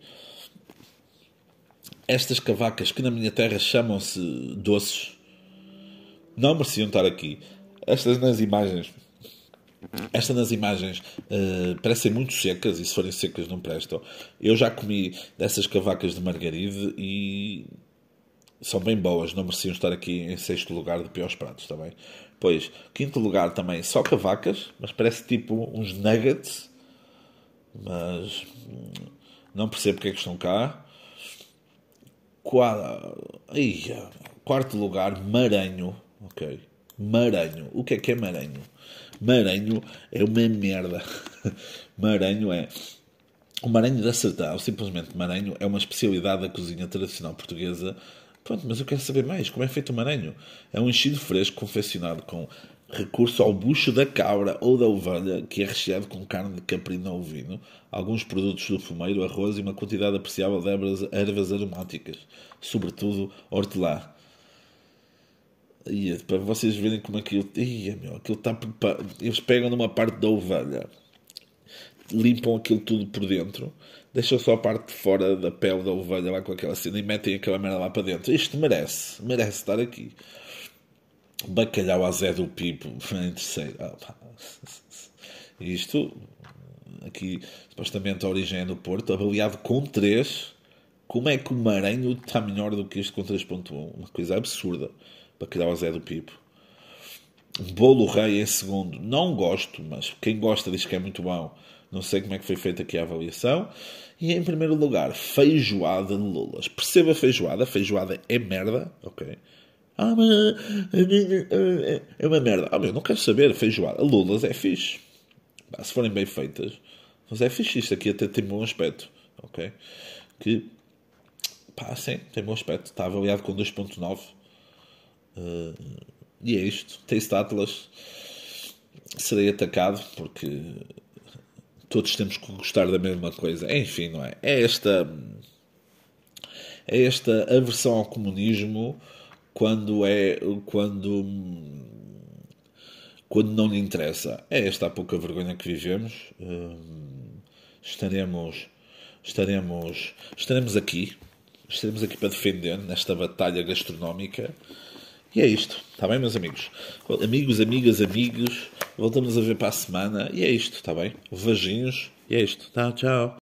Estas cavacas que na minha terra chamam-se doces, não mereciam estar aqui. Estas nas imagens, estas nas imagens uh, parecem muito secas, e se forem secas não prestam. Eu já comi dessas cavacas de margaride e são bem boas, não mereciam estar aqui em sexto lugar de piores pratos, está bem? Pois, quinto lugar também, só cavacas, mas parece tipo uns nuggets, mas não percebo porque é que estão cá. Quarto, quarto lugar, Maranho, ok? Maranho. O que é que é Maranho? Maranho é uma merda. Maranho é... O Maranho da Sertão, simplesmente Maranho, é uma especialidade da cozinha tradicional portuguesa. Pronto, mas eu quero saber mais. Como é feito o Maranho? É um enchido fresco confeccionado com recurso ao bucho da cabra ou da ovelha, que é recheado com carne de caprino ou ovino, alguns produtos do fumeiro, arroz e uma quantidade apreciável de ervas, ervas aromáticas, sobretudo hortelã. Ia, para vocês verem como aquilo... Ia, meu, aquilo está preparado. Eles pegam numa parte da ovelha, limpam aquilo tudo por dentro, deixam só a parte de fora da pele da ovelha lá com aquela cena e metem aquela merda lá para dentro. Isto merece, merece estar aqui. Bacalhau a Zé do Pipo em terceiro. Ah, isto aqui supostamente a origem é no Porto, avaliado com três. Como é que o Maranho está melhor do que isto com três ponto um? Uma coisa absurda. Bacalhau a Zé do Pipo. Bolo Rei em segundo. Não gosto, mas quem gosta diz que é muito bom. Não sei como é que foi feita aqui a avaliação. E em primeiro lugar, feijoada de lulas. Perceba a feijoada. A feijoada é merda, ok? Ah, mas é uma merda. Ah, mas não quero saber. Feijoada. Lulas é fixe. Se forem bem feitas. Mas é fixe. Isto aqui até tem bom aspecto, ok? Que Pá, sim, tem bom aspecto. Está avaliado com dois ponto nove. Uh, e é isto. Taste Atlas. Serei atacado porque todos temos que gostar da mesma coisa. Enfim, não é? É esta... É esta aversão ao comunismo quando é... Quando... Quando não lhe interessa. É esta a pouca vergonha que vivemos. Uh, estaremos... Estaremos... Estaremos aqui... Estaremos aqui para defender nesta batalha gastronómica. E é isto. Está bem, meus amigos? Amigos, amigas, amigos. Voltamos a ver para a semana. E é isto, está bem? Vajinhos. E é isto. Tá, tchau.